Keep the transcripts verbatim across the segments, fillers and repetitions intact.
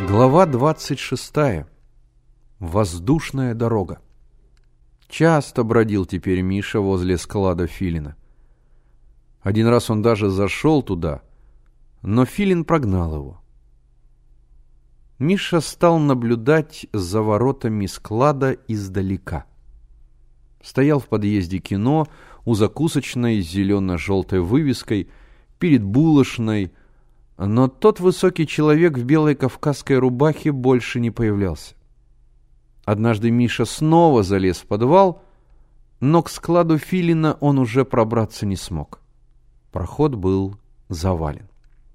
Глава двадцать шестая. Воздушная дорога. Часто бродил теперь Миша возле склада Филина. Один раз он даже зашел туда, но Филин прогнал его. Миша стал наблюдать за воротами склада издалека. Стоял в подъезде кино у закусочной с зелено-желтой вывеской, перед булочной, но тот высокий человек в белой кавказской рубахе больше не появлялся. Однажды Миша снова залез в подвал, но к складу Филина он уже пробраться не смог. Проход был завален.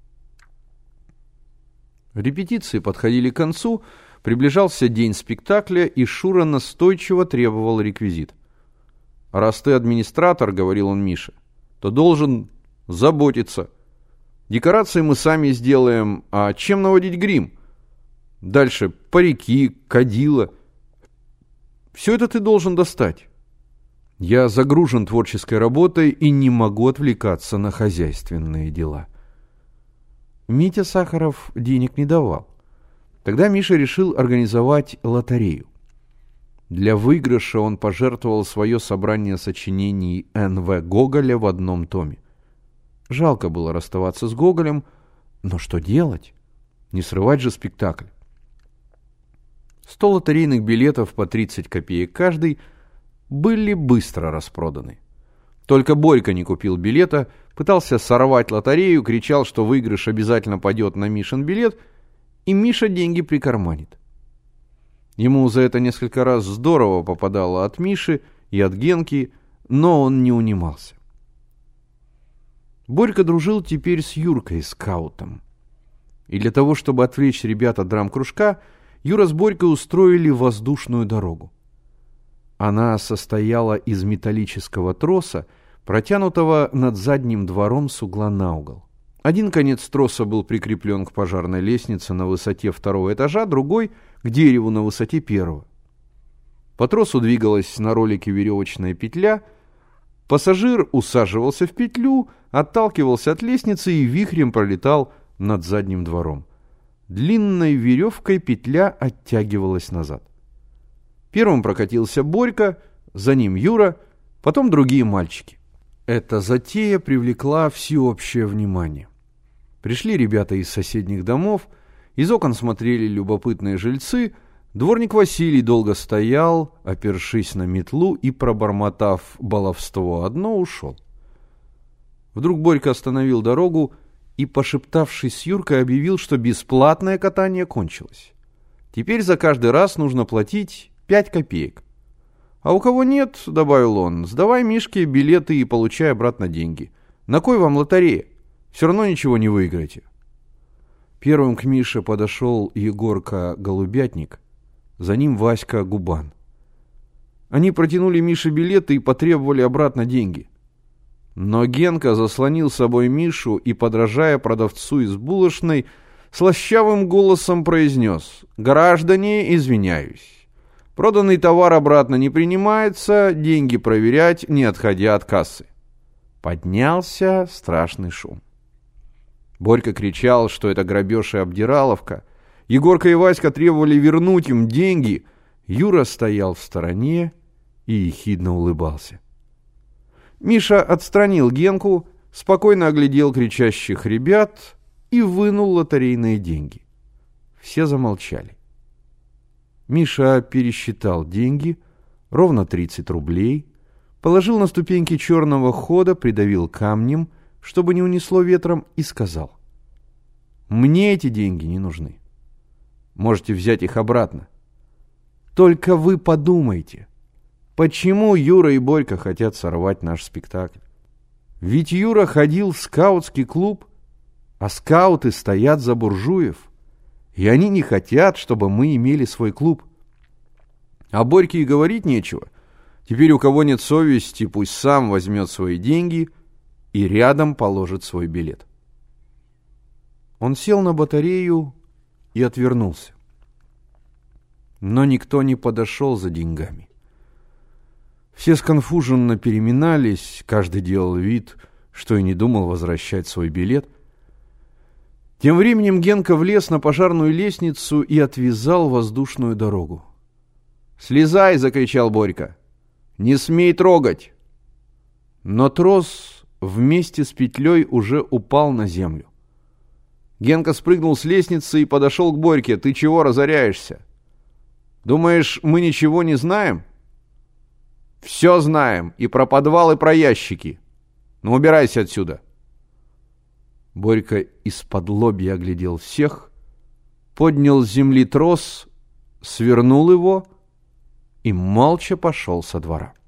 Репетиции подходили к концу, приближался день спектакля, и Шура настойчиво требовал реквизит. «Раз ты администратор, — говорил он Мише, — то должен заботиться. Декорации мы сами сделаем, а чем наводить грим? Дальше парики, кадила. Все это ты должен достать. Я загружен творческой работой и не могу отвлекаться на хозяйственные дела». Митя Сахаров денег не давал. Тогда Миша решил организовать лотерею. Для выигрыша он пожертвовал свое собрание сочинений Н В Гоголя в одном томе. Жалко было расставаться с Гоголем, но что делать? Не срывать же спектакль. Сто лотерейных билетов по тридцать копеек каждый были быстро распроданы. Только Борька не купил билета, пытался сорвать лотерею, кричал, что выигрыш обязательно пойдет на Мишин билет, и Миша деньги прикарманит. Ему за это несколько раз здорово попадало от Миши и от Генки, но он не унимался. Борька дружил теперь с Юркой, скаутом. И для того, чтобы отвлечь ребят от драм-кружка, Юра с Борькой устроили воздушную дорогу. Она состояла из металлического троса, протянутого над задним двором с угла на угол. Один конец троса был прикреплен к пожарной лестнице на высоте второго этажа, другой — к дереву на высоте первого. По тросу двигалась на ролике веревочная петля. Пассажир усаживался в петлю, отталкивался от лестницы и вихрем пролетал над задним двором. Длинной веревкой петля оттягивалась назад. Первым прокатился Борька, за ним Юра, потом другие мальчики. Эта затея привлекла всеобщее внимание. Пришли ребята из соседних домов, из окон смотрели любопытные жильцы. Дворник Василий долго стоял, опершись на метлу, и, пробормотав баловство одно, ушел. Вдруг Борька остановил дорогу и, пошептавшись с Юркой, объявил, что бесплатное катание кончилось. Теперь за каждый раз нужно платить пять копеек. «А у кого нет, — добавил он, — сдавай Мишке билеты и получай обратно деньги. На кой вам лотерея? Все равно ничего не выиграете». Первым к Мише подошел Егорка Голубятник, за ним Васька Губан. Они протянули Мише билеты и потребовали обратно деньги. Но Генка заслонил собой Мишу и, подражая продавцу из булочной, слащавым голосом произнес: «Граждане, извиняюсь. Проданный товар обратно не принимается, деньги проверять, не отходя от кассы». Поднялся страшный шум. Борька кричал, что это грабеж и обдираловка. Егорка и Васька требовали вернуть им деньги. Юра стоял в стороне и ехидно улыбался. Миша отстранил Генку, спокойно оглядел кричащих ребят и вынул лотерейные деньги. Все замолчали. Миша пересчитал деньги, ровно тридцать рублей, положил на ступеньки черного хода, придавил камнем, чтобы не унесло ветром, и сказал: «Мне эти деньги не нужны. Можете взять их обратно. Только вы подумайте, почему Юра и Борька хотят сорвать наш спектакль? Ведь Юра ходил в скаутский клуб, а скауты стоят за буржуев, и они не хотят, чтобы мы имели свой клуб. А Борьке и говорить нечего. Теперь у кого нет совести, пусть сам возьмет свои деньги и рядом положит свой билет». Он сел на батарею и отвернулся. Но никто не подошел за деньгами. Все сконфуженно переминались, каждый делал вид, что и не думал возвращать свой билет. Тем временем Генка влез на пожарную лестницу и отвязал воздушную дорогу. «Слезай!» — закричал Борька. «Не смей трогать!» Но трос вместе с петлей уже упал на землю. Генка спрыгнул с лестницы и подошел к Борьке. «Ты чего разоряешься? Думаешь, мы ничего не знаем?» «Все знаем, и про подвал, и про ящики. Ну, убирайся отсюда!» Борька из-под лобья оглядел всех, поднял с земли трос, свернул его и молча пошел со двора.